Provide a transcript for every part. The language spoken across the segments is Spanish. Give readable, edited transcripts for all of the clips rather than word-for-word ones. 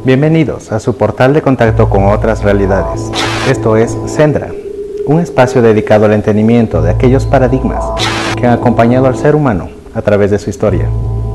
Bienvenidos a su portal de contacto con otras realidades. Esto es Sendra, un espacio dedicado al entendimiento de aquellos paradigmas que han acompañado al ser humano a través de su historia.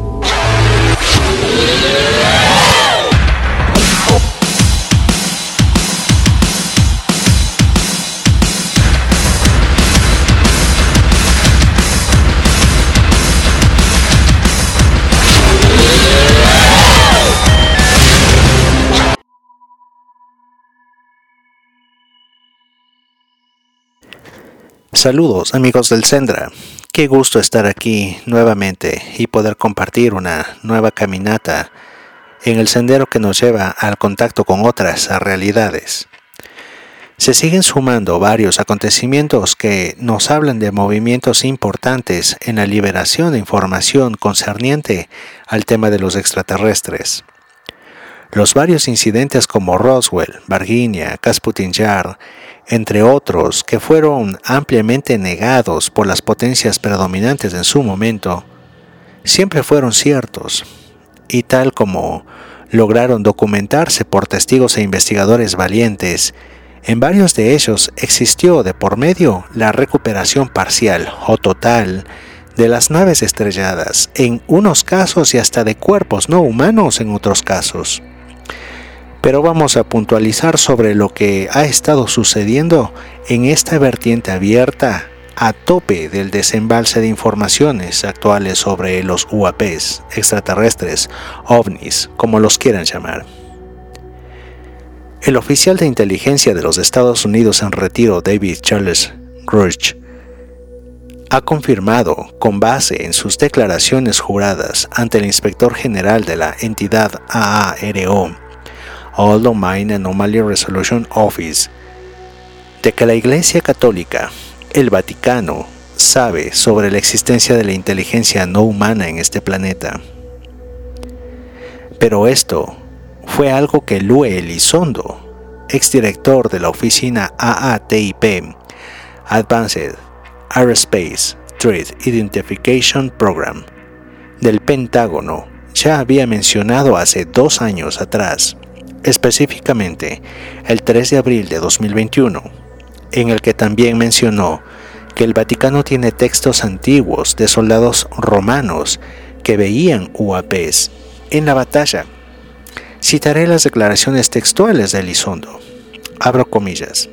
Saludos amigos del Sendra, qué gusto estar aquí nuevamente y poder compartir una nueva caminata en el sendero que nos lleva al contacto con otras realidades. Se siguen sumando varios acontecimientos que nos hablan de movimientos importantes en la liberación de información concerniente al tema de los extraterrestres. Los varios incidentes como Roswell, Varginha, Rasputin Yar, entre otros, que fueron ampliamente negados por las potencias predominantes en su momento, siempre fueron ciertos, y tal como lograron documentarse por testigos e investigadores valientes, en varios de ellos existió de por medio la recuperación parcial o total de las naves estrelladas, en unos casos y hasta de cuerpos no humanos en otros casos. Pero vamos a puntualizar sobre lo que ha estado sucediendo en esta vertiente abierta a tope del desembalse de informaciones actuales sobre los UAPs, extraterrestres, ovnis, como los quieran llamar. El oficial de inteligencia de los Estados Unidos en retiro, David Charles Grush, ha confirmado, con base en sus declaraciones juradas ante el inspector general de la entidad AARO, All Domain Anomaly Resolution Office, de que la Iglesia Católica, el Vaticano, sabe sobre la existencia de la inteligencia no humana en este planeta. Pero esto fue algo que Lue Elizondo, exdirector de la oficina AATIP, Advanced Aerospace Threat Identification Program, del Pentágono, ya había mencionado hace 2 años atrás, específicamente el 3 de abril de 2021, en el que también mencionó que el Vaticano tiene textos antiguos de soldados romanos que veían UAPs en la batalla. Citaré las declaraciones textuales de Elizondo. Abro comillas.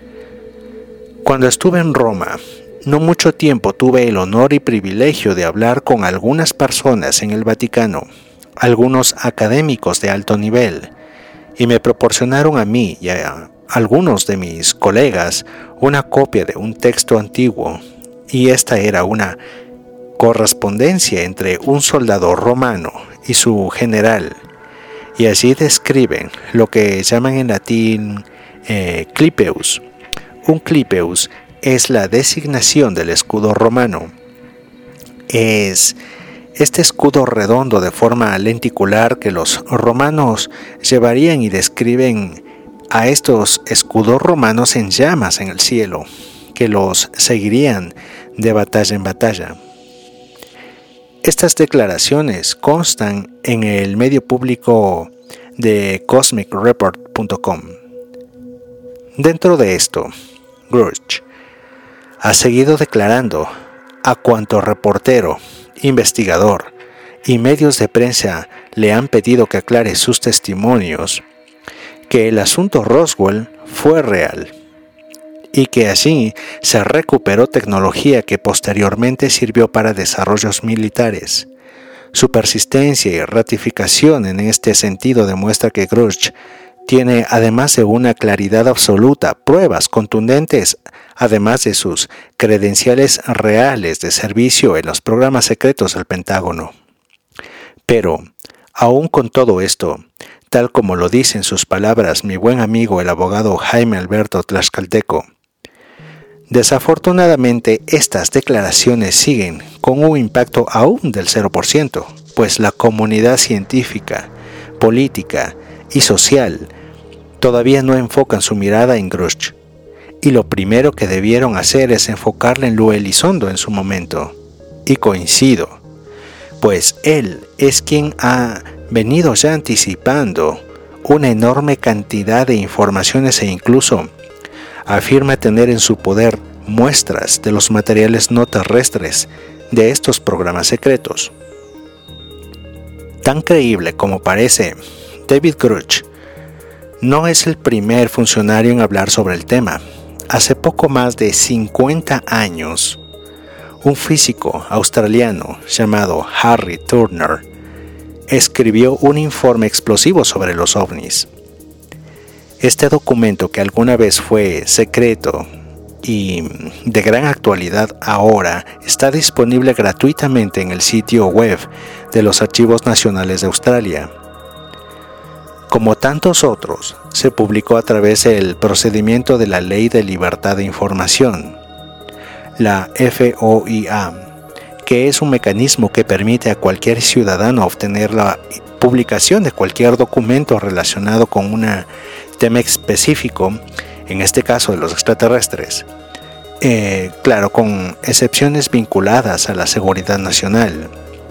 Cuando estuve en Roma, no mucho tiempo tuve el honor y privilegio de hablar con algunas personas en el Vaticano, algunos académicos de alto nivel, y me proporcionaron a mí y a algunos de mis colegas una copia de un texto antiguo, y esta era una correspondencia entre un soldado romano y su general, y allí describen lo que llaman en latín clipeus. Un clipeus es la designación del escudo romano. Es este escudo redondo de forma lenticular que los romanos llevarían, y describen a estos escudos romanos en llamas en el cielo, que los seguirían de batalla en batalla. Estas declaraciones constan en el medio público de CosmicReport.com. Dentro de esto, Grush ha seguido declarando a cuanto reportero, investigador y medios de prensa le han pedido que aclare sus testimonios, que el asunto Roswell fue real y que allí se recuperó tecnología que posteriormente sirvió para desarrollos militares. Su persistencia y ratificación en este sentido demuestra que Grush tiene, además de una claridad absoluta, pruebas contundentes, además de sus credenciales reales de servicio en los programas secretos del Pentágono. Pero, aún con todo esto, tal como lo dice en sus palabras mi buen amigo el abogado Jaime Alberto Tlaxcalteco, desafortunadamente estas declaraciones siguen con un impacto aún del 0%, pues la comunidad científica, política y social todavía no enfocan su mirada en Grush, y lo primero que debieron hacer es enfocarla en Lue Elizondo en su momento, y coincido, pues él es quien ha venido ya anticipando una enorme cantidad de informaciones e incluso afirma tener en su poder muestras de los materiales no terrestres de estos programas secretos. Tan creíble como parece, David Grush no es el primer funcionario en hablar sobre el tema. Hace poco más de 50 años, un físico australiano llamado Harry Turner escribió un informe explosivo sobre los ovnis. Este documento, que alguna vez fue secreto y de gran actualidad ahora, está disponible gratuitamente en el sitio web de los Archivos Nacionales de Australia. Como tantos otros, se publicó a través del procedimiento de la Ley de Libertad de Información, la FOIA, que es un mecanismo que permite a cualquier ciudadano obtener la publicación de cualquier documento relacionado con un tema específico, en este caso de los extraterrestres, claro, con excepciones vinculadas a la seguridad nacional.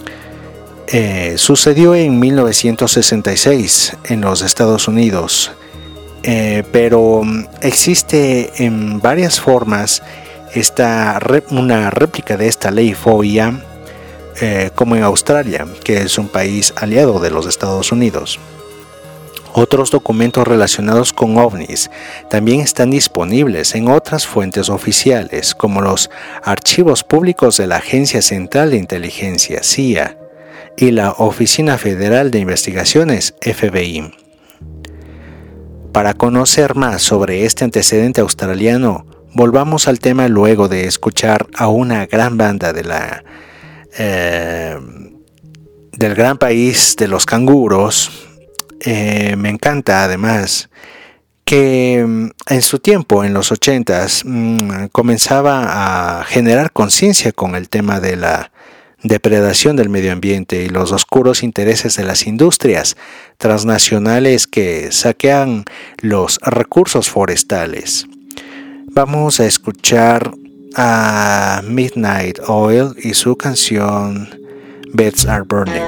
Sucedió en 1966 en los Estados Unidos, pero existe en varias formas una réplica de esta ley FOIA, como en Australia, que es un país aliado de los Estados Unidos. Otros documentos relacionados con ovnis también están disponibles en otras fuentes oficiales, como los archivos públicos de la Agencia Central de Inteligencia, CIA, y la Oficina Federal de Investigaciones, FBI. Para conocer más sobre este antecedente australiano, volvamos al tema luego de escuchar a una gran banda del gran país de los canguros. Me encanta además que en su tiempo, en los 80s, comenzaba a generar conciencia con el tema de la depredación del medio ambiente y los oscuros intereses de las industrias transnacionales que saquean los recursos forestales. Vamos a escuchar a Midnight Oil y su canción Beds Are Burning.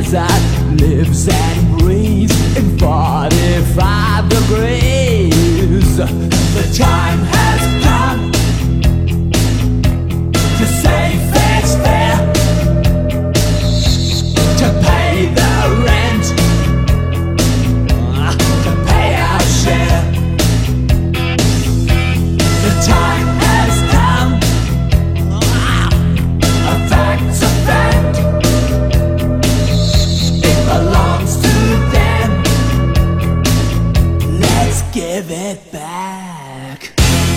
desert lives and breathes in 45 degrees. The time has come to say fair's fair, to pay the rent, to pay our share. The time has come, a fact's a fact, it belongs to them, let's give it back.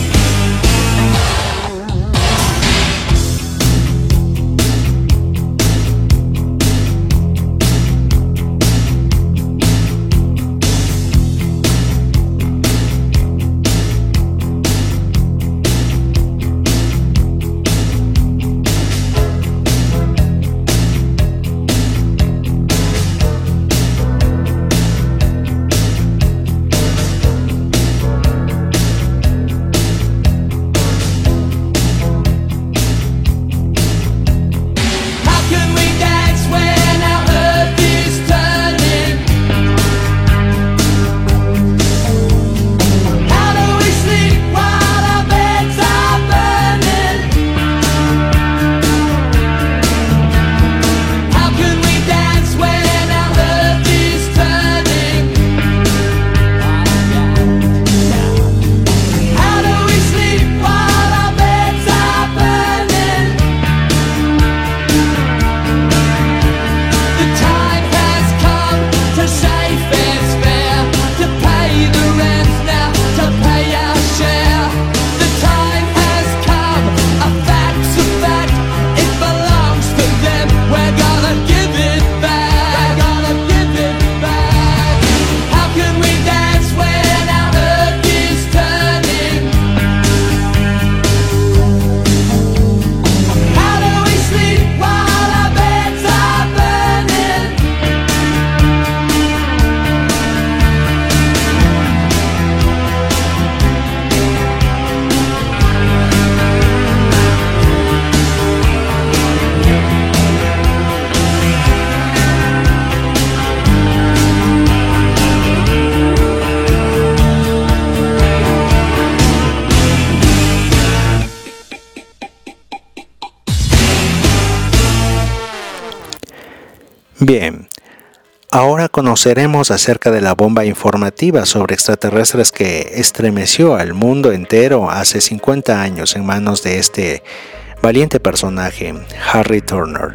Bien, ahora conoceremos acerca de la bomba informativa sobre extraterrestres que estremeció al mundo entero hace 50 años en manos de este valiente personaje, Harry Turner.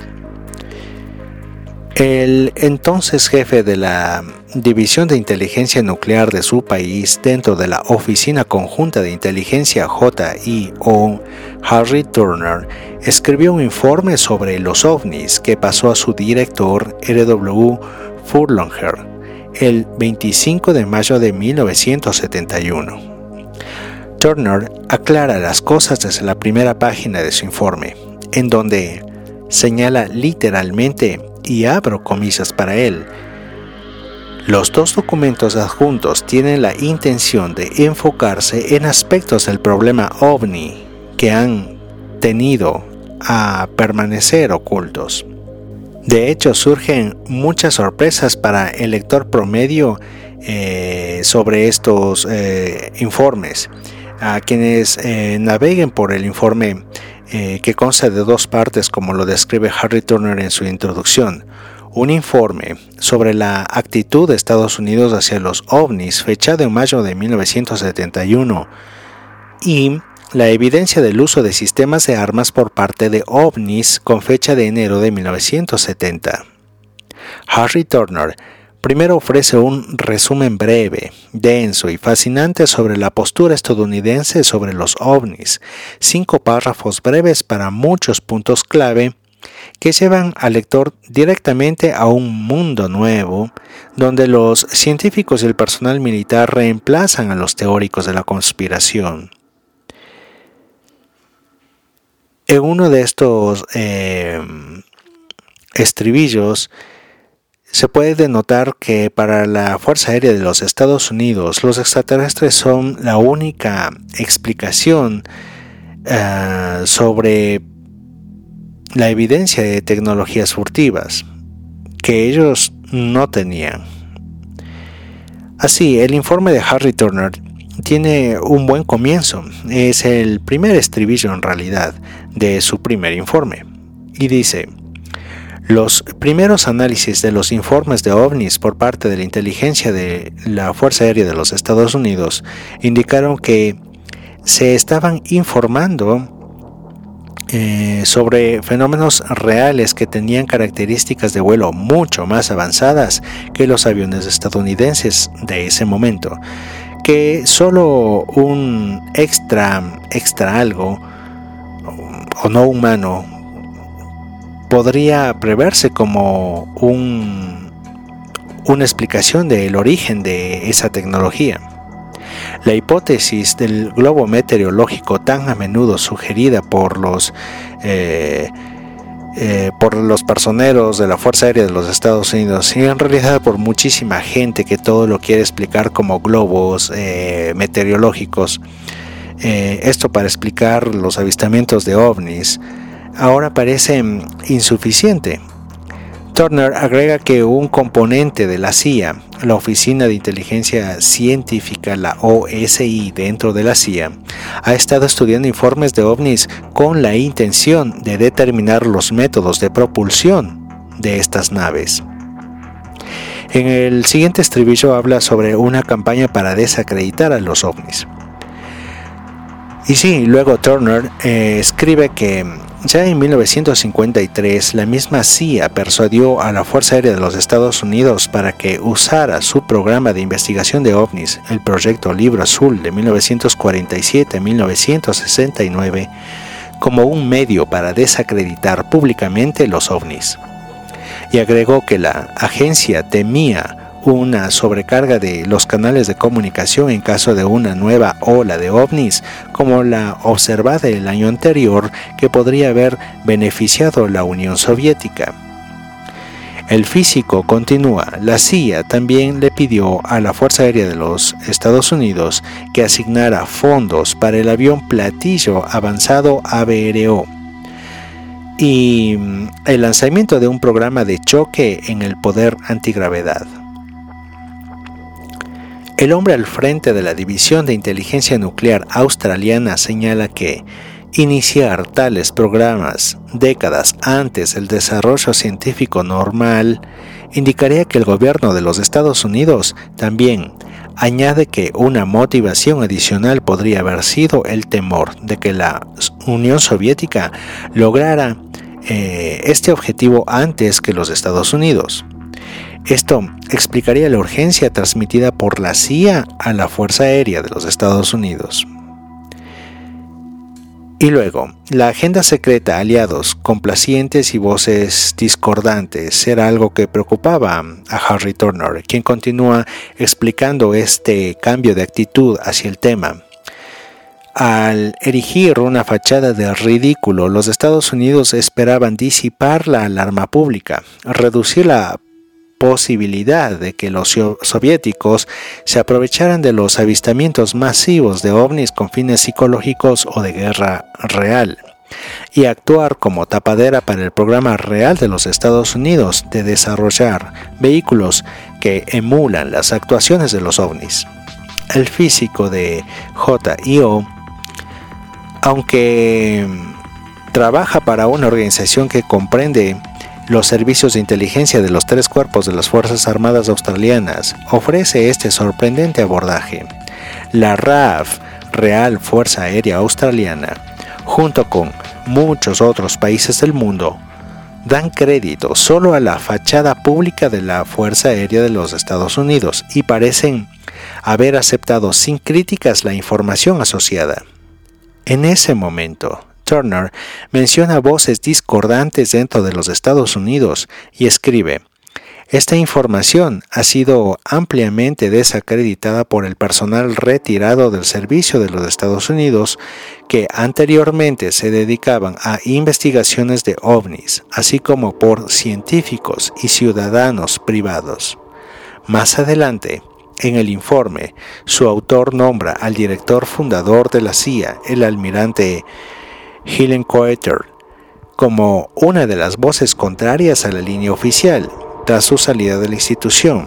El entonces jefe de la División de Inteligencia Nuclear de su país dentro de la Oficina Conjunta de Inteligencia JIO, Harry Turner, escribió un informe sobre los ovnis que pasó a su director R.W. Furlonger el 25 de mayo de 1971. Turner aclara las cosas desde la primera página de su informe, en donde señala literalmente, y abro comillas para él: los dos documentos adjuntos tienen la intención de enfocarse en aspectos del problema OVNI que han tenido a permanecer ocultos. De hecho, surgen muchas sorpresas para el lector promedio sobre estos informes. A quienes naveguen por el informe que consta de dos partes, como lo describe Harry Turner en su introducción: un informe sobre la actitud de Estados Unidos hacia los ovnis, fechado en mayo de 1971, y la evidencia del uso de sistemas de armas por parte de ovnis, con fecha de enero de 1970. Harry Turner primero ofrece un resumen breve, denso y fascinante sobre la postura estadounidense sobre los ovnis, 5 párrafos breves para muchos puntos clave que llevan al lector directamente a un mundo nuevo, donde los científicos y el personal militar reemplazan a los teóricos de la conspiración. En uno de estos estribillos se puede denotar que para la Fuerza Aérea de los Estados Unidos los extraterrestres son la única explicación sobre la evidencia de tecnologías furtivas, que ellos no tenían. Así, el informe de Harry Turner tiene un buen comienzo. Es el primer estribillo en realidad de su primer informe. Y dice: los primeros análisis de los informes de ovnis por parte de la inteligencia de la Fuerza Aérea de los Estados Unidos indicaron que se estaban informando sobre fenómenos reales que tenían características de vuelo mucho más avanzadas que los aviones estadounidenses de ese momento, que solo un extra algo o no humano podría preverse como una explicación del origen de esa tecnología. La hipótesis del globo meteorológico, tan a menudo sugerida por los personeros de la Fuerza Aérea de los Estados Unidos, y en realidad por muchísima gente que todo lo quiere explicar como globos meteorológicos, esto para explicar los avistamientos de ovnis, ahora parece insuficiente. Turner agrega que un componente de la CIA, la Oficina de Inteligencia Científica, la OSI, dentro de la CIA, ha estado estudiando informes de ovnis con la intención de determinar los métodos de propulsión de estas naves. En el siguiente estribillo habla sobre una campaña para desacreditar a los ovnis. Y sí, luego Turner escribe que ya en 1953 la misma CIA persuadió a la Fuerza Aérea de los Estados Unidos para que usara su programa de investigación de ovnis, el Proyecto Libro Azul de 1947 a 1969, como un medio para desacreditar públicamente los ovnis. Y agregó que la agencia temía una sobrecarga de los canales de comunicación en caso de una nueva ola de ovnis como la observada el año anterior, que podría haber beneficiado a la Unión Soviética. El físico continúa: la CIA también le pidió a la Fuerza Aérea de los Estados Unidos que asignara fondos para el avión platillo avanzado ABRO y el lanzamiento de un programa de choque en el poder antigravedad. El hombre al frente de la División de Inteligencia Nuclear australiana señala que iniciar tales programas décadas antes del desarrollo científico normal indicaría que el gobierno de los Estados Unidos también añade que una motivación adicional podría haber sido el temor de que la Unión Soviética lograra este objetivo antes que los Estados Unidos. Esto explicaría la urgencia transmitida por la CIA a la Fuerza Aérea de los Estados Unidos. Y luego, la agenda secreta, aliados complacientes y voces discordantes, era algo que preocupaba a Harry Turner, quien continúa explicando este cambio de actitud hacia el tema. Al erigir una fachada de ridículo, los Estados Unidos esperaban disipar la alarma pública, reducir la posibilidad de que los soviéticos se aprovecharan de los avistamientos masivos de ovnis con fines psicológicos o de guerra real, y actuar como tapadera para el programa real de los Estados Unidos de desarrollar vehículos que emulan las actuaciones de los ovnis. El físico de JIO, aunque trabaja para una organización que comprende los servicios de inteligencia de los tres cuerpos de las Fuerzas Armadas Australianas, ofrece este sorprendente abordaje. La RAF, Real Fuerza Aérea Australiana, junto con muchos otros países del mundo, dan crédito solo a la fachada pública de la Fuerza Aérea de los Estados Unidos y parecen haber aceptado sin críticas la información asociada. En ese momento, Turner menciona voces discordantes dentro de los Estados Unidos y escribe: esta información ha sido ampliamente desacreditada por el personal retirado del servicio de los Estados Unidos que anteriormente se dedicaban a investigaciones de ovnis, así como por científicos y ciudadanos privados. Más adelante, en el informe, su autor nombra al director fundador de la CIA, el almirante Hillenkoetter, como una de las voces contrarias a la línea oficial, tras su salida de la institución.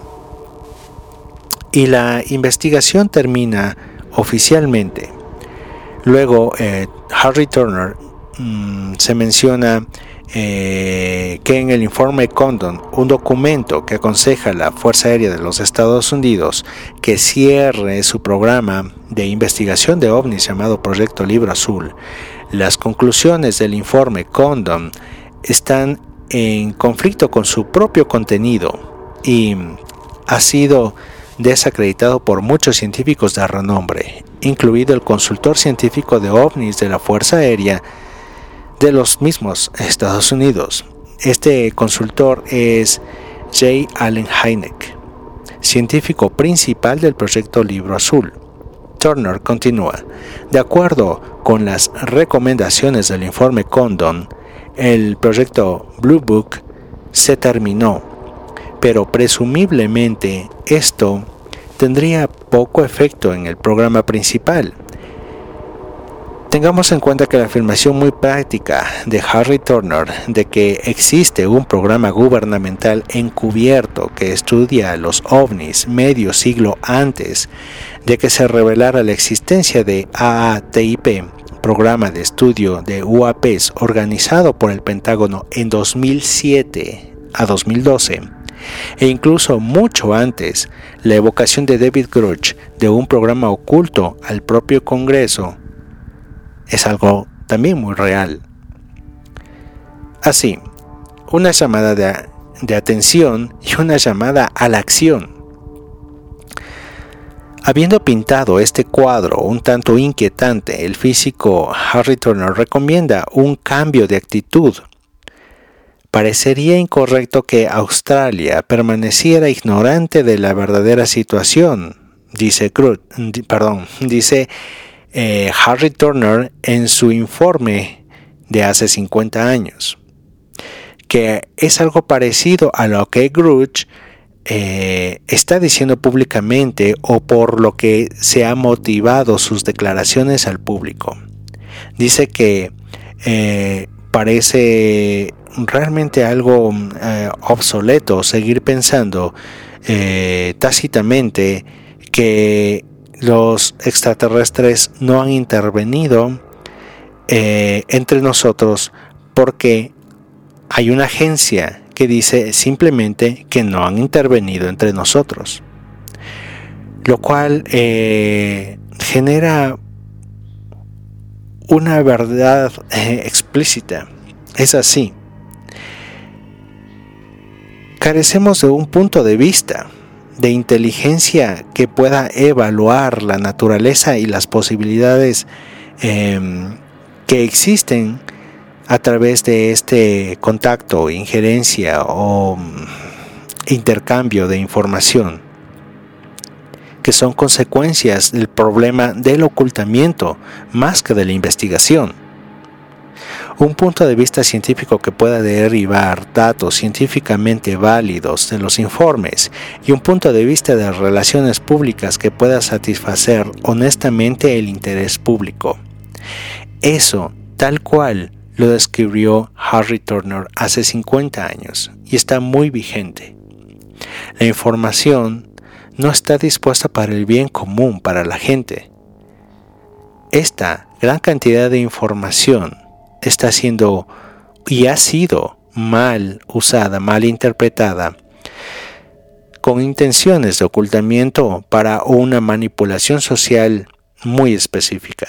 Y la investigación termina oficialmente. Luego, Harry Turner se menciona que en el informe Condon, un documento que aconseja a la Fuerza Aérea de los Estados Unidos que cierre su programa de investigación de ovnis llamado Proyecto Libro Azul, las conclusiones del informe Condon están en conflicto con su propio contenido y ha sido desacreditado por muchos científicos de renombre, incluido el consultor científico de ovnis de la Fuerza Aérea de los mismos Estados Unidos. Este consultor es J. Allen Hynek, científico principal del proyecto Libro Azul. Turner continúa: de acuerdo con las recomendaciones del informe Condon, el proyecto Blue Book se terminó, pero presumiblemente esto tendría poco efecto en el programa principal. Tengamos en cuenta que la afirmación muy práctica de Harry Turner de que existe un programa gubernamental encubierto que estudia los ovnis medio siglo antes de que se revelara la existencia de AATIP, programa de estudio de UAPs organizado por el Pentágono en 2007 a 2012, e incluso mucho antes, la evocación de David Grush de un programa oculto al propio Congreso, es algo también muy real. Así, una llamada de atención y una llamada a la acción. Habiendo pintado este cuadro un tanto inquietante, el físico Harry Turner recomienda un cambio de actitud. Parecería incorrecto que Australia permaneciera ignorante de la verdadera situación, dice Harry Turner en su informe de hace 50 años, que es algo parecido a lo que Grush está diciendo públicamente o por lo que se ha motivado sus declaraciones al público. Dice que parece realmente algo obsoleto seguir pensando tácitamente que los extraterrestres no han intervenido entre nosotros porque hay una agencia que dice simplemente que no han intervenido entre nosotros, lo cual genera una verdad explícita. Es así. Carecemos de un punto de vista de inteligencia que pueda evaluar la naturaleza y las posibilidades que existen a través de este contacto, injerencia o intercambio de información, que son consecuencias del problema del ocultamiento más que de la investigación. Un punto de vista científico que pueda derivar datos científicamente válidos de los informes y un punto de vista de relaciones públicas que pueda satisfacer honestamente el interés público. Eso, tal cual lo describió Harry Turner hace 50 años y está muy vigente. La información no está dispuesta para el bien común para la gente. Esta gran cantidad de información está siendo y ha sido mal usada, mal interpretada, con intenciones de ocultamiento para una manipulación social muy específica.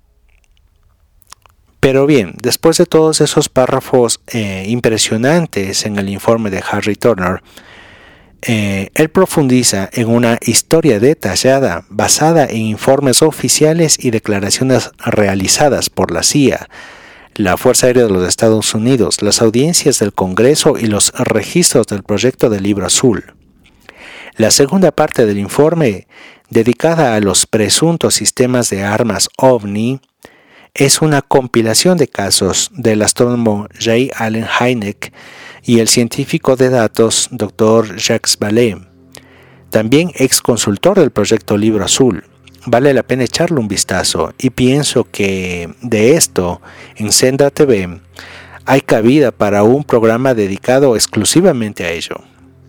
Pero bien, después de todos esos párrafos impresionantes en el informe de Harry Turner, él profundiza en una historia detallada basada en informes oficiales y declaraciones realizadas por la CIA, la Fuerza Aérea de los Estados Unidos, las audiencias del Congreso y los registros del proyecto del Libro Azul. La segunda parte del informe, dedicada a los presuntos sistemas de armas OVNI, es una compilación de casos del astrónomo J. Allen Hynek y el científico de datos Dr. Jacques Vallée, también ex consultor del proyecto Libro Azul. Vale la pena echarle un vistazo y pienso que de esto en Sendra TV hay cabida para un programa dedicado exclusivamente a ello.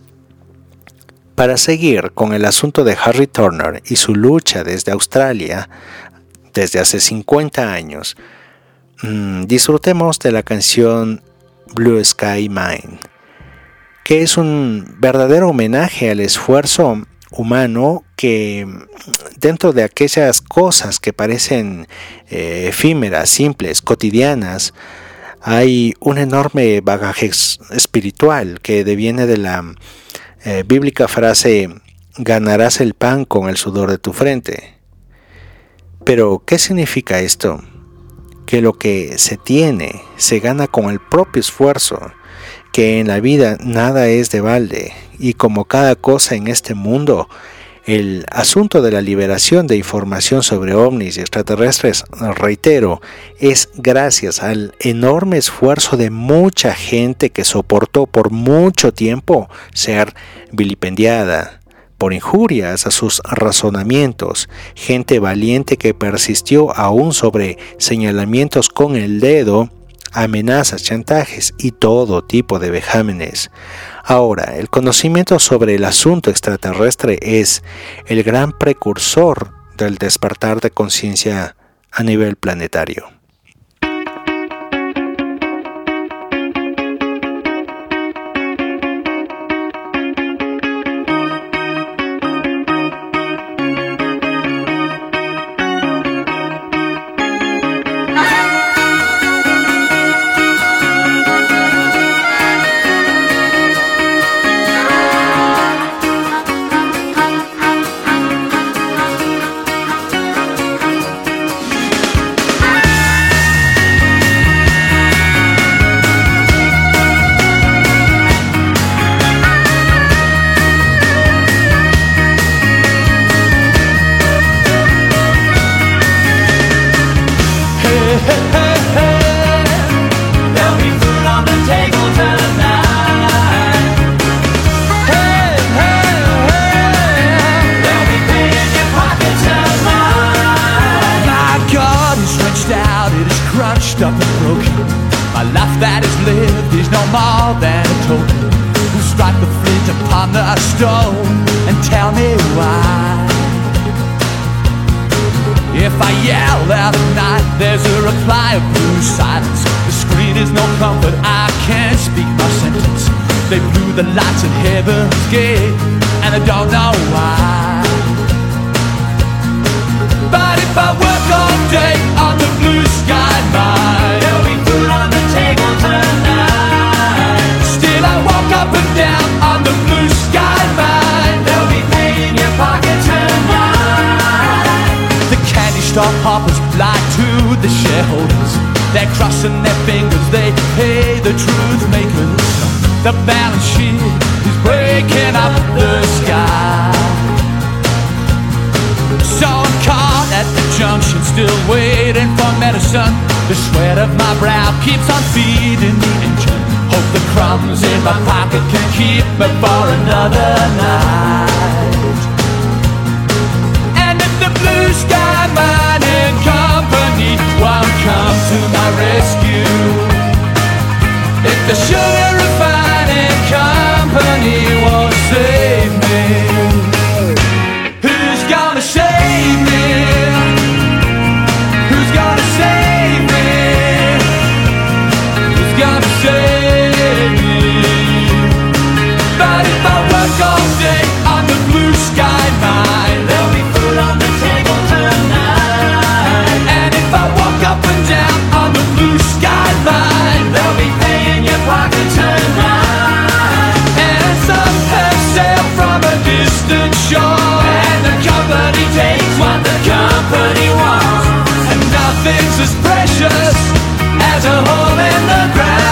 Para seguir con el asunto de Harry Turner y su lucha desde Australia, desde hace 50 años, disfrutemos de la canción Blue Sky Mine, que es un verdadero homenaje al esfuerzo humano que dentro de aquellas cosas que parecen efímeras, simples, cotidianas, hay un enorme bagaje espiritual que deviene de la bíblica frase: ganarás el pan con el sudor de tu frente. Pero, ¿qué significa esto? Que lo que se tiene se gana con el propio esfuerzo, que en la vida nada es de balde, y como cada cosa en este mundo, el asunto de la liberación de información sobre ovnis y extraterrestres, reitero, es gracias al enorme esfuerzo de mucha gente que soportó por mucho tiempo ser vilipendiada por injurias a sus razonamientos, gente valiente que persistió aún sobre señalamientos con el dedo, amenazas, chantajes y todo tipo de vejámenes. Ahora, el conocimiento sobre el asunto extraterrestre es el gran precursor del despertar de conciencia a nivel planetario. Up and broken. My life that is lived is no more than a token. Strike the flint upon the stone and tell me why. If I yell out at night, there's a reply of blue silence. The screen is no comfort, I can't speak my sentence. They blew the lights at heaven's gate, and I don't know why. But if I work all day on the blue sky mine, there'll be food on the table tonight. Still I walk up and down on the blue sky mine. There'll be pay in your pocket tonight. The candy store hoppers lie to the shareholders. They're crossing their fingers, they pay the truth makers. The balance sheet is breaking up the sky. So I'm caught at the junction, still waiting for medicine. The sweat of my brow keeps on feeding the engine. Hope the crumbs in my pocket can keep me for another night. And if the blue sky mining company won't come to my rescue, if the sugar refining company won't save me, who's gonna save me? Who's gonna save me? Who's gonna save me? But if I work all day on the blue sky mine, there'll be food on the table tonight. And if I walk up and down on the blue sky mine, there'll be pay in your pocket tonight. And some have sailed from a distant shore, and the company takes what the company wants, and nothing's as precious as a hole in the ground.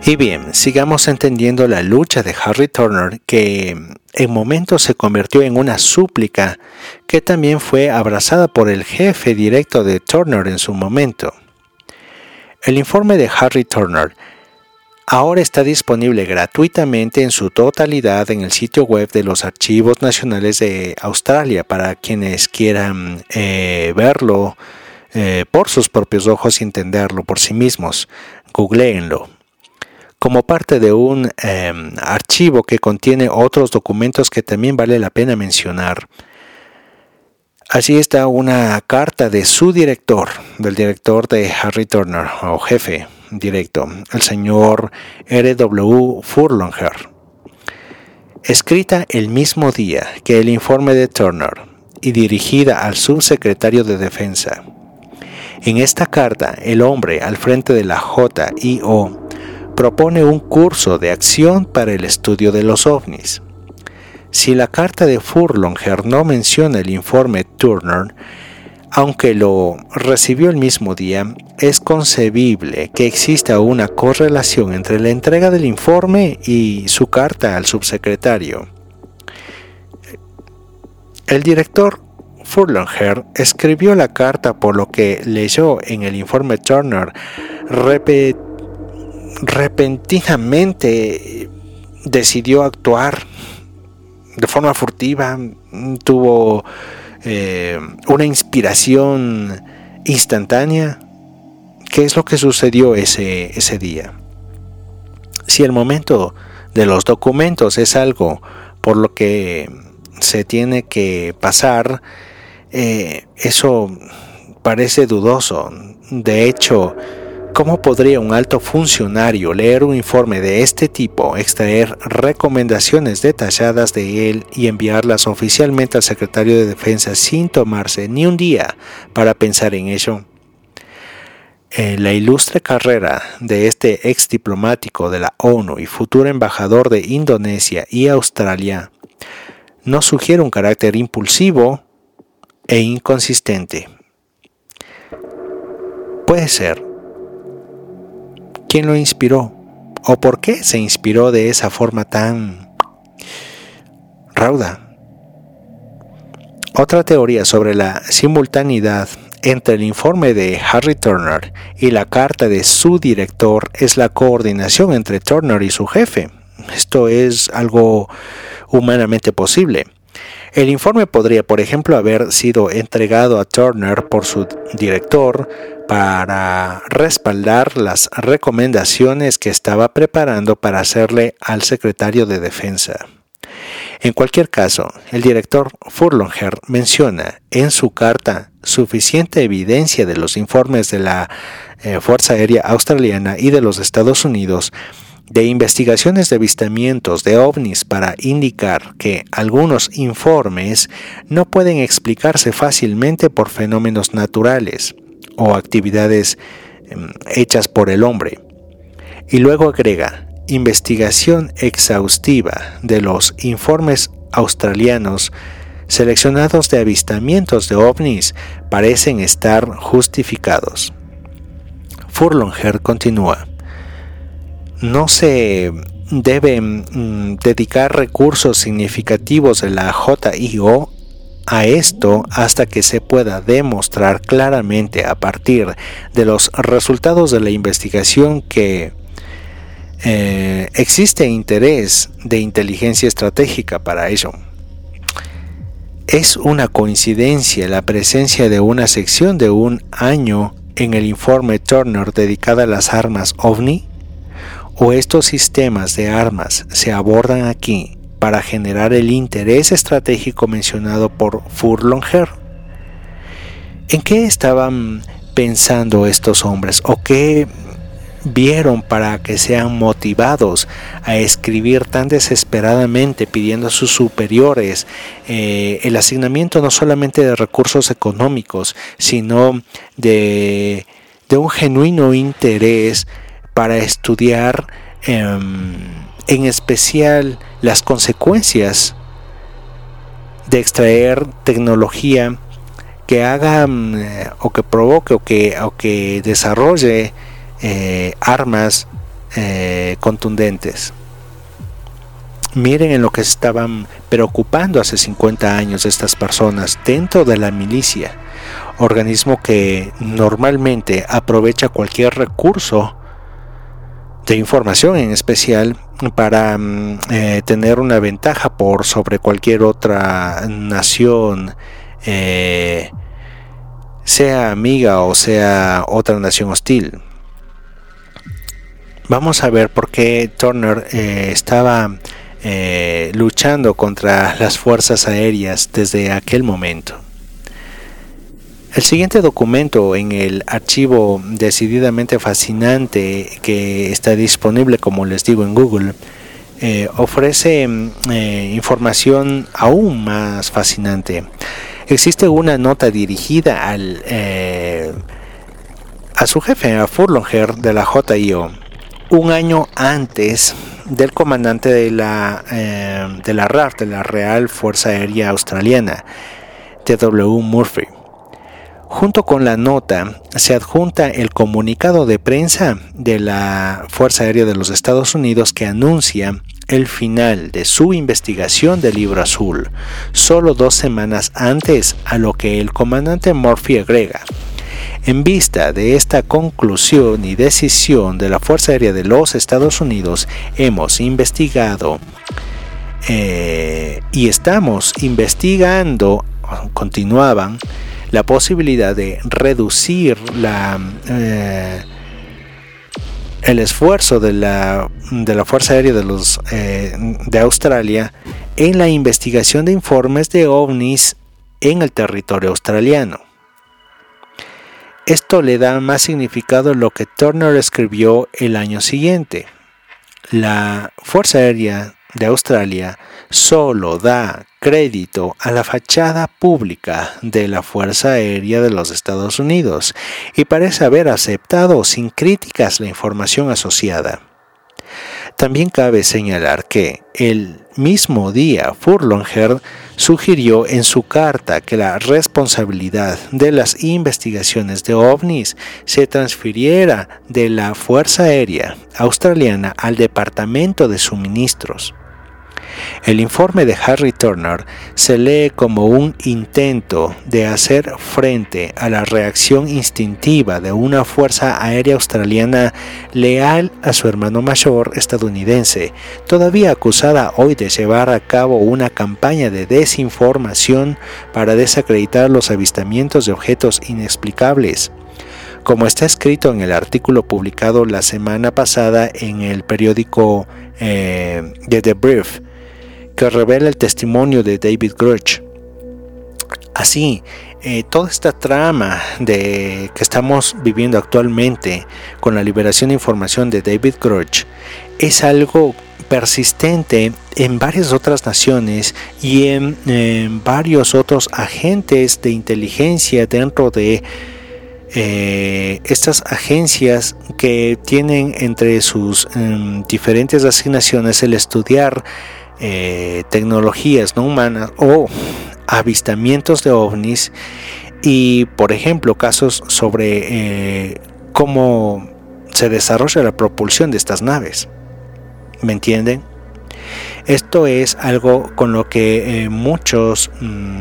Y bien, sigamos entendiendo la lucha de Harry Turner, que en momentos se convirtió en una súplica que también fue abrazada por el jefe directo de Turner en su momento. El informe de Harry Turner ahora está disponible gratuitamente en su totalidad en el sitio web de los Archivos Nacionales de Australia para quienes quieran verlo por sus propios ojos y entenderlo por sí mismos. Googleenlo. Como parte de un archivo que contiene otros documentos que también vale la pena mencionar. Allí está una carta de su director, del director de Harry Turner, o jefe directo, el señor R.W. Furlonger, escrita el mismo día que el informe de Turner y dirigida al subsecretario de Defensa. En esta carta, el hombre al frente de la JIO propone un curso de acción para el estudio de los ovnis. Si la carta de Furlonger no menciona el informe Turner, aunque lo recibió el mismo día, es concebible que exista una correlación entre la entrega del informe y su carta al subsecretario. El director Furlonger escribió la carta por lo que leyó en el informe Turner repentinamente decidió actuar de forma furtiva, tuvo una inspiración instantánea. ¿Qué es lo que sucedió ese día? Si el momento de los documentos es algo por lo que se tiene que pasar, eso parece dudoso. De hecho, ¿cómo podría un alto funcionario leer un informe de este tipo, extraer recomendaciones detalladas de él y enviarlas oficialmente al secretario de Defensa sin tomarse ni un día para pensar en ello? La ilustre carrera de este ex diplomático de la ONU y futuro embajador de Indonesia y Australia nos sugiere un carácter impulsivo e inconsistente. Puede ser. ¿Quién lo inspiró? ¿O por qué se inspiró de esa forma tan rauda? Otra teoría sobre la simultaneidad entre el informe de Harry Turner y la carta de su director es la coordinación entre Turner y su jefe. Esto es algo humanamente posible. El informe podría, por ejemplo, haber sido entregado a Turner por su director para respaldar las recomendaciones que estaba preparando para hacerle al secretario de Defensa. En cualquier caso, el director Furlonger menciona en su carta suficiente evidencia de los informes de la Fuerza Aérea Australiana y de los Estados Unidos de investigaciones de avistamientos de ovnis para indicar que algunos informes no pueden explicarse fácilmente por fenómenos naturales o actividades hechas por el hombre. Y luego agrega, investigación exhaustiva de los informes australianos seleccionados de avistamientos de ovnis parecen estar justificados. Furlonger continúa. No se deben dedicar recursos significativos de la JIO a esto hasta que se pueda demostrar claramente a partir de los resultados de la investigación que existe interés de inteligencia estratégica para ello. ¿Es una coincidencia la presencia de una sección de un año en el informe Turner dedicada a las armas OVNI? ¿O estos sistemas de armas se abordan aquí para generar el interés estratégico mencionado por Furlonger? ¿En qué estaban pensando estos hombres? ¿O qué vieron para que sean motivados a escribir tan desesperadamente pidiendo a sus superiores el asignamiento no solamente de recursos económicos, sino de un genuino interés para estudiar en especial las consecuencias de extraer tecnología que haga o que provoque o que desarrolle armas contundentes. Miren en lo que se estaban preocupando hace 50 años estas personas dentro de la milicia, organismo que normalmente aprovecha cualquier recurso de información, en especial para tener una ventaja por sobre cualquier otra nación, sea amiga o sea otra nación hostil. Vamos a ver por qué Turner estaba luchando contra las fuerzas aéreas desde aquel momento. El siguiente documento en el archivo decididamente fascinante que está disponible, como les digo, en Google, ofrece información aún más fascinante. Existe una nota dirigida a su jefe, a Furlonger de la JIO, un año antes del comandante de la RAF, de la Real Fuerza Aérea Australiana, T.W. Murphy. Junto con la nota se adjunta el comunicado de prensa de la Fuerza Aérea de los Estados Unidos que anuncia el final de su investigación del Libro Azul, solo 2 semanas antes, a lo que el comandante Murphy agrega: en vista de esta conclusión y decisión de la Fuerza Aérea de los Estados Unidos, hemos investigado y estamos investigando, continuaban, la posibilidad de reducir el esfuerzo de la Fuerza Aérea de Australia en la investigación de informes de ovnis en el territorio australiano. Esto le da más significado a lo que Turner escribió el año siguiente. La Fuerza Aérea de Australia solo da crédito a la fachada pública de la Fuerza Aérea de los Estados Unidos y parece haber aceptado sin críticas la información asociada. También cabe señalar que el mismo día Furlonger sugirió en su carta que la responsabilidad de las investigaciones de ovnis se transfiriera de la Fuerza Aérea Australiana al Departamento de Suministros. El informe de Harry Turner se lee como un intento de hacer frente a la reacción instintiva de una fuerza aérea australiana leal a su hermano mayor estadounidense, todavía acusada hoy de llevar a cabo una campaña de desinformación para desacreditar los avistamientos de objetos inexplicables. Como está escrito en el artículo publicado la semana pasada en el periódico The Brief, que revela el testimonio de David Grush. Así, toda esta trama que estamos viviendo actualmente con la liberación de información de David Grush es algo persistente en varias otras naciones y en varios otros agentes de inteligencia dentro de estas agencias que tienen entre sus diferentes asignaciones el estudiar tecnologías no humanas o avistamientos de ovnis y, por ejemplo, casos sobre cómo se desarrolla la propulsión de estas naves. ¿Me entienden? Esto es algo con lo que muchos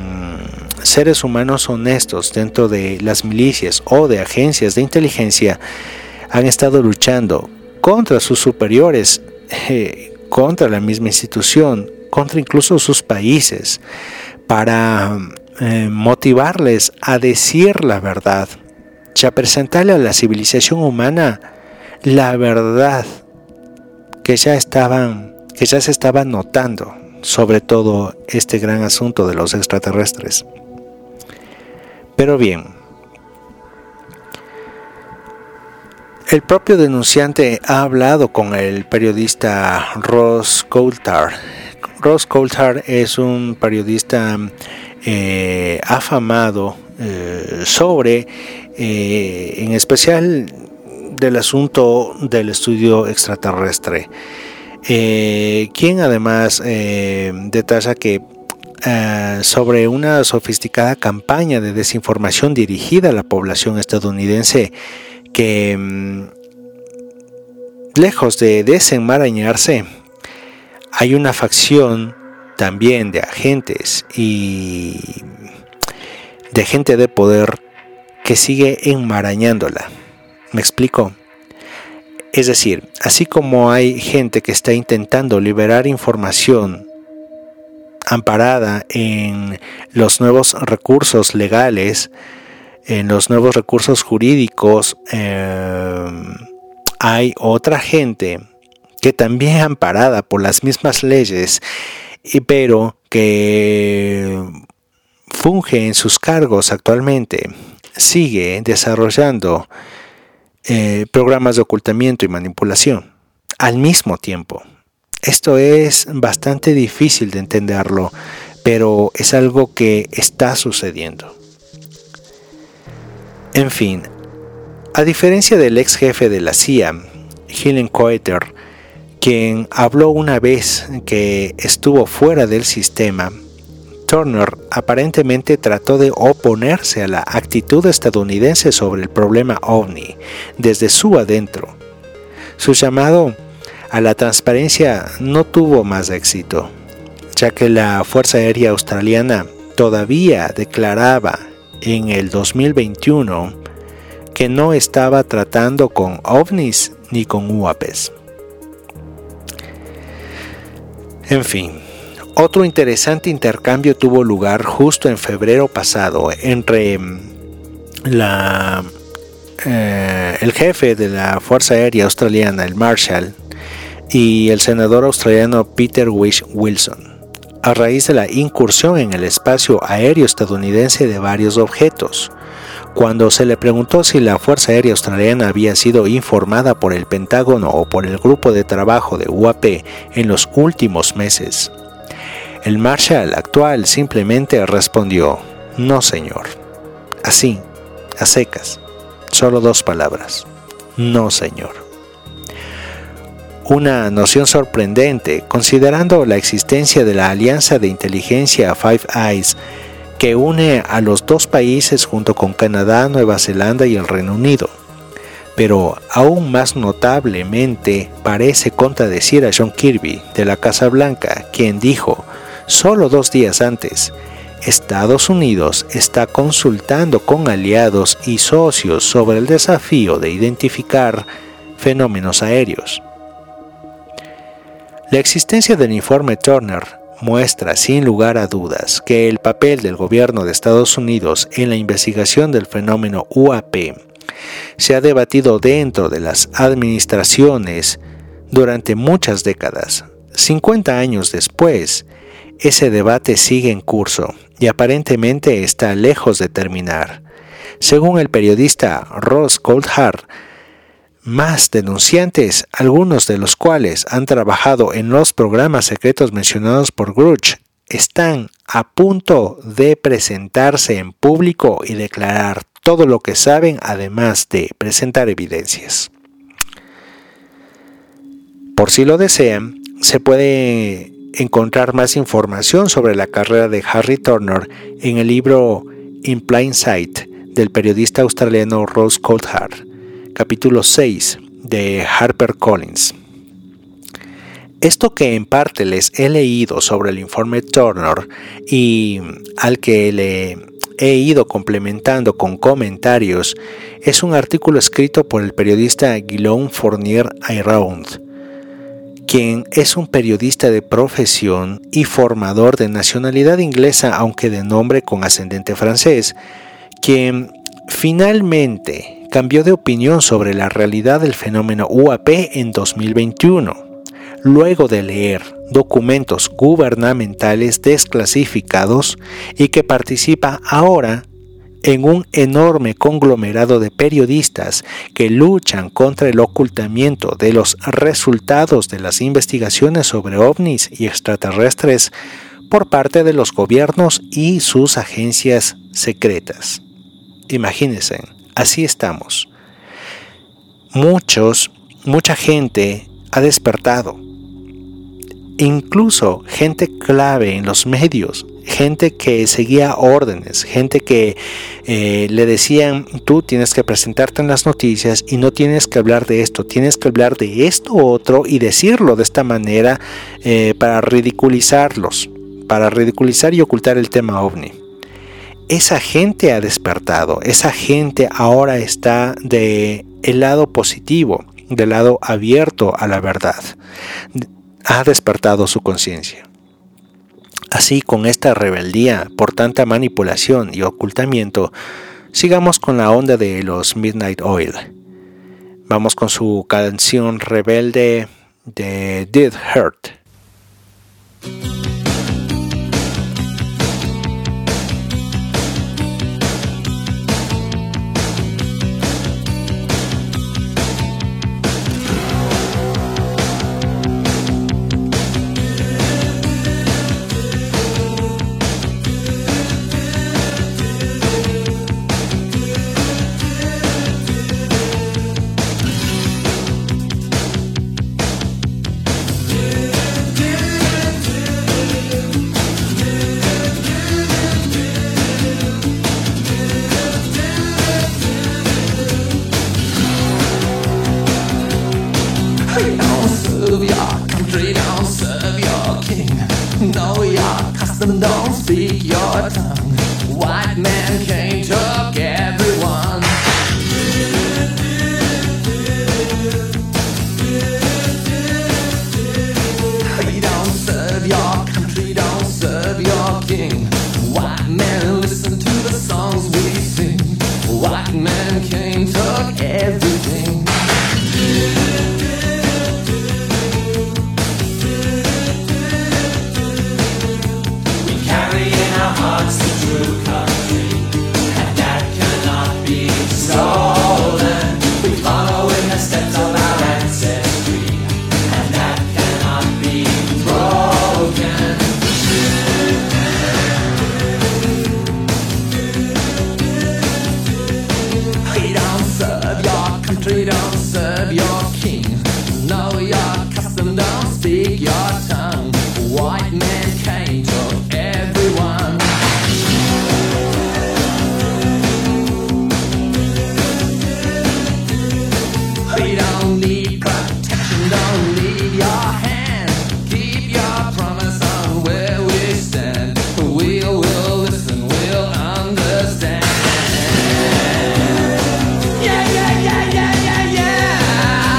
seres humanos honestos dentro de las milicias o de agencias de inteligencia han estado luchando contra sus superiores, contra la misma institución, contra incluso sus países, para motivarles a decir la verdad, a presentarle a la civilización humana la verdad que ya se estaba notando sobre todo este gran asunto de los extraterrestres. Pero bien, el propio denunciante ha hablado con el periodista Ross Coulthard. Ross Coulthard es un periodista afamado sobre, en especial, del asunto del estudio extraterrestre, quien además detalla que sobre una sofisticada campaña de desinformación dirigida a la población estadounidense que lejos de desenmarañarse, hay una facción también de agentes y de gente de poder que sigue enmarañándola. ¿Me explico? Es decir, así como hay gente que está intentando liberar información amparada en los nuevos recursos legales, en los nuevos recursos jurídicos, hay otra gente que también amparada por las mismas leyes, pero que funge en sus cargos actualmente, sigue desarrollando programas de ocultamiento y manipulación al mismo tiempo. Esto es bastante difícil de entenderlo, pero es algo que está sucediendo. En fin, a diferencia del ex jefe de la CIA, Helen Coeter, quien habló una vez que estuvo fuera del sistema, Turner aparentemente trató de oponerse a la actitud estadounidense sobre el problema OVNI desde su adentro. Su llamado a la transparencia no tuvo más éxito, ya que la Fuerza Aérea Australiana todavía declaraba en el 2021 que no estaba tratando con OVNIs ni con UAPs. En fin, otro interesante intercambio tuvo lugar justo en febrero pasado entre el jefe de la Fuerza Aérea Australiana, el Marshall, y el senador australiano Peter Whish-Wilson, a raíz de la incursión en el espacio aéreo estadounidense de varios objetos. Cuando se le preguntó si la Fuerza Aérea Australiana había sido informada por el Pentágono o por el grupo de trabajo de UAP en los últimos meses, el Marshall actual simplemente respondió: no, señor. Así, a secas, solo 2 palabras: no, señor. Una noción sorprendente, considerando la existencia de la alianza de inteligencia Five Eyes, que une a los 2 países junto con Canadá, Nueva Zelanda y el Reino Unido. Pero aún más notablemente parece contradecir a John Kirby de la Casa Blanca, quien dijo solo 2 días antes: Estados Unidos está consultando con aliados y socios sobre el desafío de identificar fenómenos aéreos. La existencia del informe Turner muestra sin lugar a dudas que el papel del gobierno de Estados Unidos en la investigación del fenómeno UAP se ha debatido dentro de las administraciones durante muchas décadas. 50 años después, ese debate sigue en curso y aparentemente está lejos de terminar. Según el periodista Ross Coulthard, más denunciantes, algunos de los cuales han trabajado en los programas secretos mencionados por Grush, están a punto de presentarse en público y declarar todo lo que saben, además de presentar evidencias. Por si lo desean, se puede encontrar más información sobre la carrera de Harry Turner en el libro In Plain Sight del periodista australiano Ross Coulthard, capítulo 6 de HarperCollins. Esto que en parte les he leído sobre el informe Turner y al que le he ido complementando con comentarios es un artículo escrito por el periodista Guillaume Fournier-Ayrault, quien es un periodista de profesión y formador de nacionalidad inglesa, aunque de nombre con ascendente francés, quien finalmente cambió de opinión sobre la realidad del fenómeno UAP en 2021, luego de leer documentos gubernamentales desclasificados y que participa ahora en un enorme conglomerado de periodistas que luchan contra el ocultamiento de los resultados de las investigaciones sobre ovnis y extraterrestres por parte de los gobiernos y sus agencias secretas. Imagínense, así estamos. Mucha gente ha despertado. Incluso gente clave en los medios gente que seguía órdenes, gente que le decían: tú tienes que presentarte en las noticias y no tienes que hablar de esto, tienes que hablar de esto otro y decirlo de esta manera para ridiculizarlos, para ridiculizar y ocultar el tema ovni. Esa gente ha despertado, esa gente ahora está del lado positivo, del lado abierto a la verdad. Ha despertado su conciencia. Así, con esta rebeldía por tanta manipulación y ocultamiento, sigamos con la onda de los Midnight Oil. Vamos con su canción rebelde de Did Hurt. Don't speak your tongue. White man came, took everyone. He don't serve your country, don't serve your king. White man, listen to the songs we sing. White man came, took everything. Hearts the true country, and that cannot be stolen. We follow in the steps of our ancestry, and that cannot be broken. We don't serve your country, don't serve your king. Know your custom, don't speak your tongue. White man came, took everyone. We don't need protection, don't leave your hand. Keep your promise on where we stand. We'll listen, we'll understand. Yeah, yeah, yeah, yeah, yeah, yeah.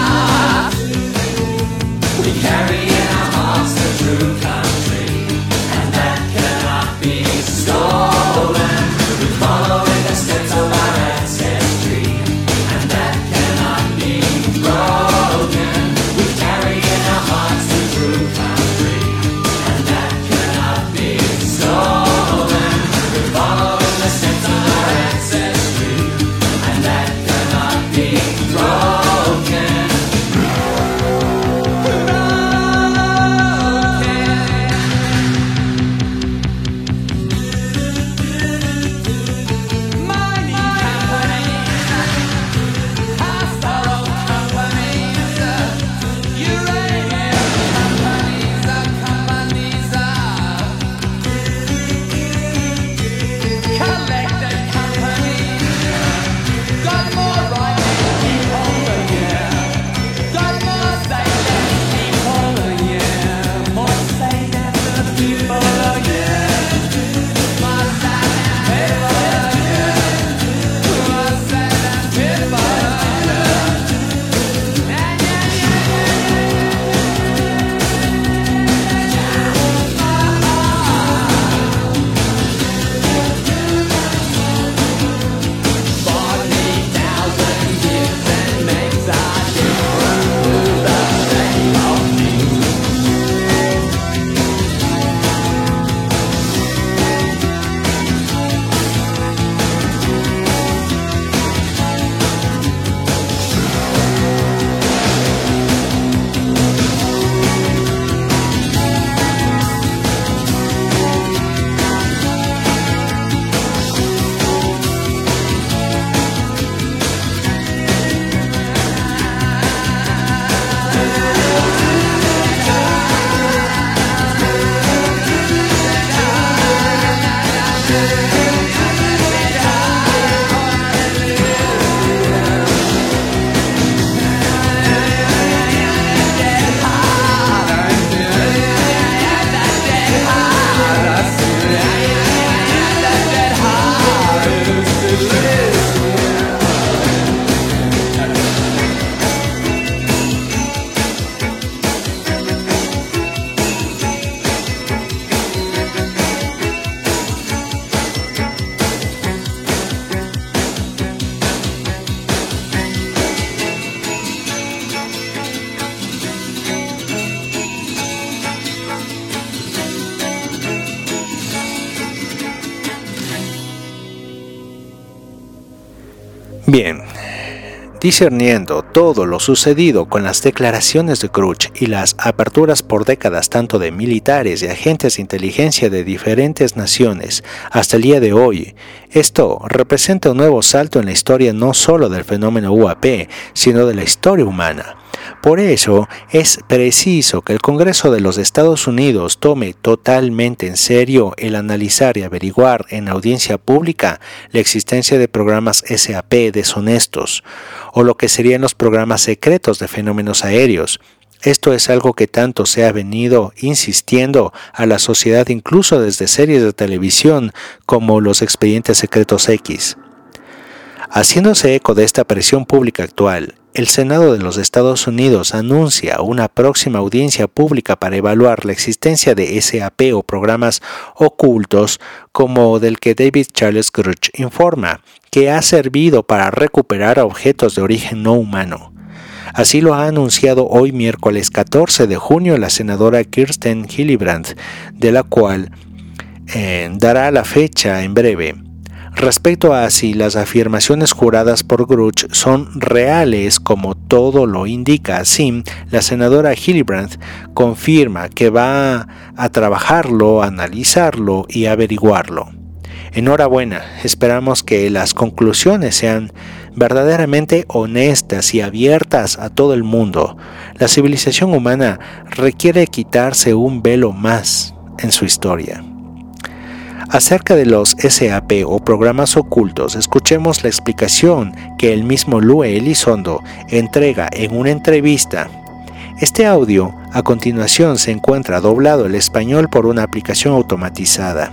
Bien, discerniendo todo lo sucedido con las declaraciones de Gruch y las aperturas por décadas tanto de militares y agentes de inteligencia de diferentes naciones hasta el día de hoy, esto representa un nuevo salto en la historia no solo del fenómeno UAP, sino de la historia humana. Por eso es preciso que el Congreso de los Estados Unidos tome totalmente en serio el analizar y averiguar en audiencia pública la existencia de programas SAP deshonestos, o lo que serían los programas secretos de fenómenos aéreos. Esto es algo que tanto se ha venido insistiendo a la sociedad incluso desde series de televisión como los Expedientes Secretos X. Haciéndose eco de esta presión pública actual, el Senado de los Estados Unidos anuncia una próxima audiencia pública para evaluar la existencia de SAP o programas ocultos como del que David Charles Gruch informa, que ha servido para recuperar objetos de origen no humano. Así lo ha anunciado hoy miércoles 14 de junio la senadora Kirsten Gillibrand, de la cual dará la fecha en breve. Respecto a si las afirmaciones juradas por Gruch son reales como todo lo indica, sí, la senadora Gillibrand confirma que va a trabajarlo, analizarlo y averiguarlo. Enhorabuena, esperamos que las conclusiones sean verdaderamente honestas y abiertas a todo el mundo. La civilización humana requiere quitarse un velo más en su historia. Acerca de los SAP o programas ocultos, escuchemos la explicación que el mismo Lue Elizondo entrega en una entrevista. Este audio, a continuación, se encuentra doblado al español por una aplicación automatizada.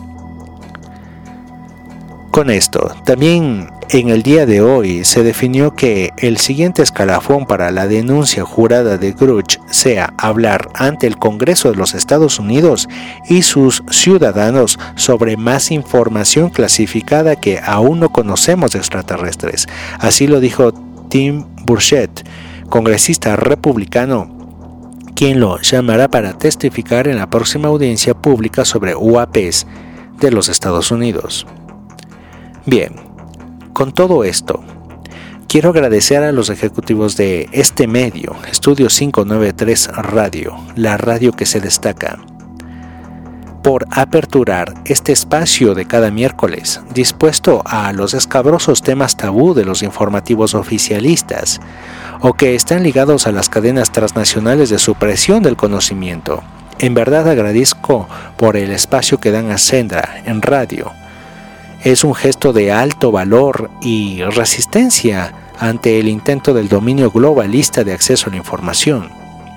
Con esto, también en el día de hoy se definió que el siguiente escalafón para la denuncia jurada de Gruch sea hablar ante el Congreso de los Estados Unidos y sus ciudadanos sobre más información clasificada que aún no conocemos de extraterrestres. Así lo dijo Tim Burchett, congresista republicano, quien lo llamará para testificar en la próxima audiencia pública sobre UAPs de los Estados Unidos. Bien, con todo esto, quiero agradecer a los ejecutivos de este medio, Estudio 593 Radio, la radio que se destaca, por aperturar este espacio de cada miércoles, dispuesto a los escabrosos temas tabú de los informativos oficialistas, o que están ligados a las cadenas transnacionales de supresión del conocimiento. En verdad agradezco por el espacio que dan a Sendra en radio. Es un gesto de alto valor y resistencia ante el intento del dominio globalista de acceso a la información.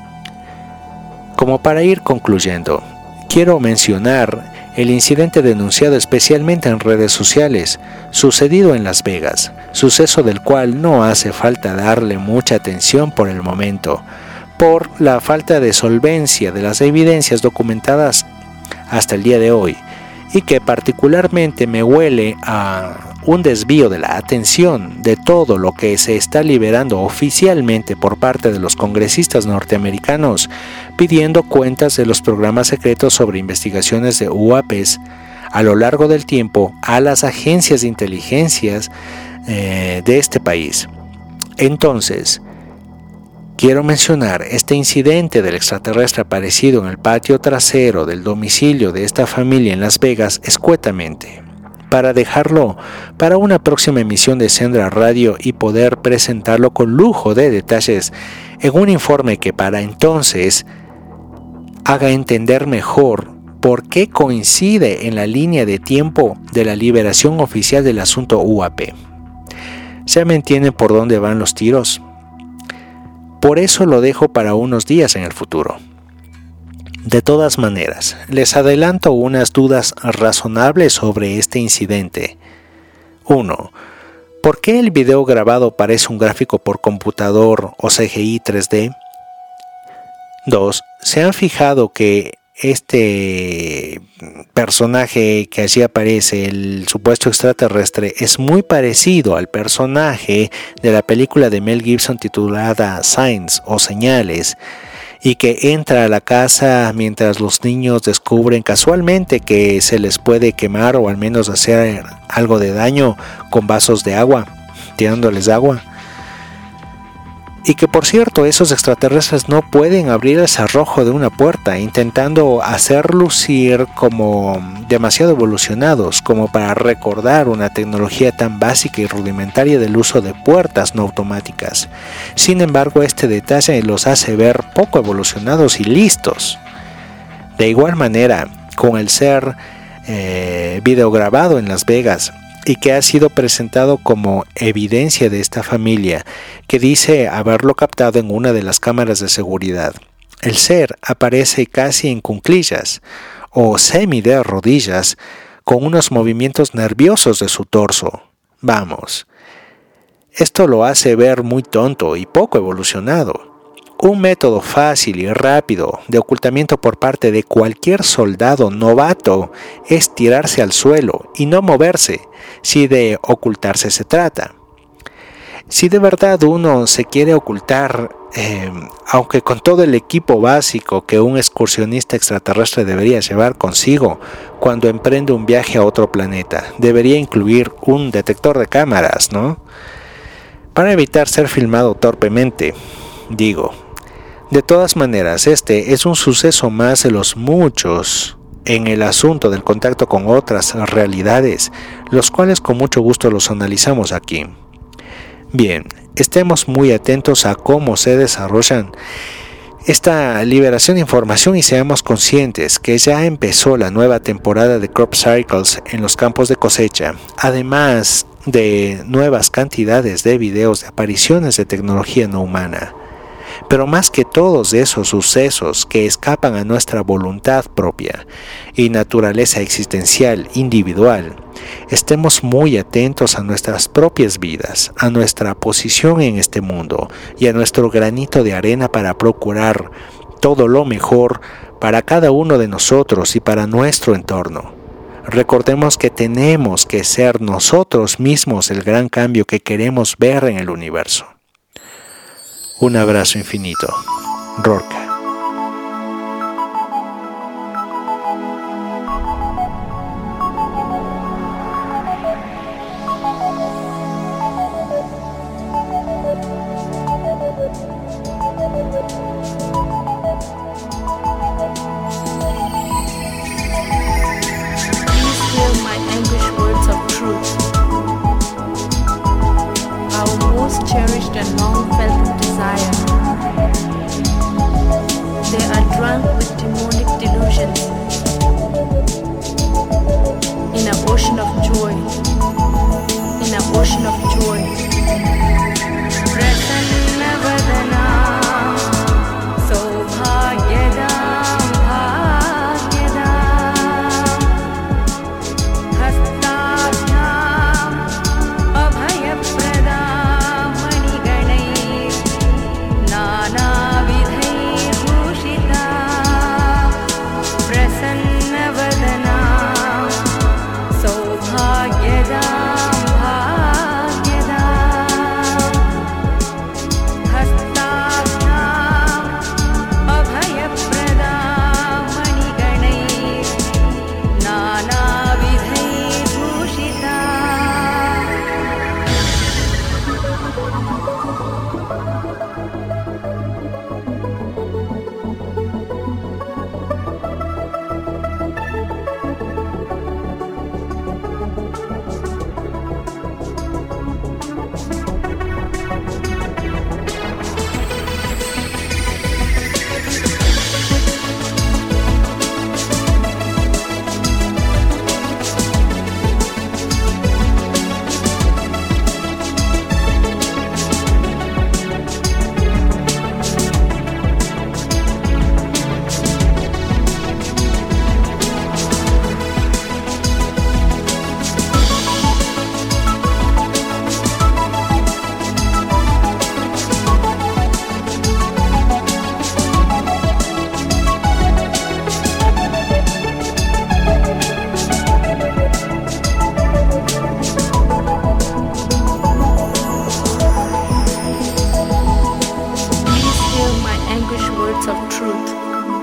Como para ir concluyendo, quiero mencionar el incidente denunciado especialmente en redes sociales, sucedido en Las Vegas, suceso del cual no hace falta darle mucha atención por el momento, por la falta de solvencia de las evidencias documentadas hasta el día de hoy, y que particularmente me huele a un desvío de la atención de todo lo que se está liberando oficialmente por parte de los congresistas norteamericanos, pidiendo cuentas de los programas secretos sobre investigaciones de UAPs a lo largo del tiempo a las agencias de inteligencia de este país. Entonces, quiero mencionar este incidente del extraterrestre aparecido en el patio trasero del domicilio de esta familia en Las Vegas escuetamente, para dejarlo para una próxima emisión de Sendra Radio y poder presentarlo con lujo de detalles en un informe que para entonces haga entender mejor por qué coincide en la línea de tiempo de la liberación oficial del asunto UAP. ¿Ya me entienden por dónde van los tiros? Por eso lo dejo para unos días en el futuro. De todas maneras, les adelanto unas dudas razonables sobre este incidente. 1. ¿Por qué el video grabado parece un gráfico por computador o CGI 3D? 2. ¿Se han fijado que este personaje que allí aparece, el supuesto extraterrestre, es muy parecido al personaje de la película de Mel Gibson titulada Signs o Señales, y que entra a la casa mientras los niños descubren casualmente que se les puede quemar o al menos hacer algo de daño con vasos de agua? tirándoles agua. Y que por cierto, esos extraterrestres no pueden abrir el cerrojo de una puerta, intentando hacer lucir como demasiado evolucionados como para recordar una tecnología tan básica y rudimentaria del uso de puertas no automáticas. Sin embargo, este detalle los hace ver poco evolucionados y listos. De igual manera, con el ser videograbado en Las Vegas, y que ha sido presentado como evidencia de esta familia, que dice haberlo captado en una de las cámaras de seguridad. El ser aparece casi en cuclillas o semi de rodillas, con unos movimientos nerviosos de su torso. Vamos, esto lo hace ver muy tonto y poco evolucionado. Un método fácil y rápido de ocultamiento por parte de cualquier soldado novato es tirarse al suelo y no moverse, si de ocultarse se trata. Si de verdad uno se quiere ocultar, aunque con todo el equipo básico que un excursionista extraterrestre debería llevar consigo cuando emprende un viaje a otro planeta, debería incluir un detector de cámaras, ¿no? Para evitar ser filmado torpemente, digo. De todas maneras, este es un suceso más de los muchos en el asunto del contacto con otras realidades, los cuales con mucho gusto los analizamos aquí. Bien, estemos muy atentos a cómo se desarrollan esta liberación de información y seamos conscientes que ya empezó la nueva temporada de Crop Circles en los campos de cosecha, además de nuevas cantidades de videos de apariciones de tecnología no humana. Pero más que todos esos sucesos que escapan a nuestra voluntad propia y naturaleza existencial individual, estemos muy atentos a nuestras propias vidas, a nuestra posición en este mundo y a nuestro granito de arena para procurar todo lo mejor para cada uno de nosotros y para nuestro entorno. Recordemos que tenemos que ser nosotros mismos el gran cambio que queremos ver en el universo. Un abrazo infinito. Rorca. Cherished and long felt desire. They are drunk with demonic delusions in an ocean of joy, in an ocean of joy. Prasanna Vadana Saubhagyadam Bhagyadam Hastabhyam Abhayapradam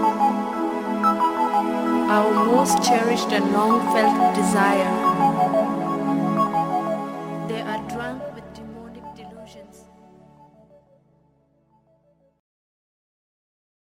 Our most cherished and long felt desire.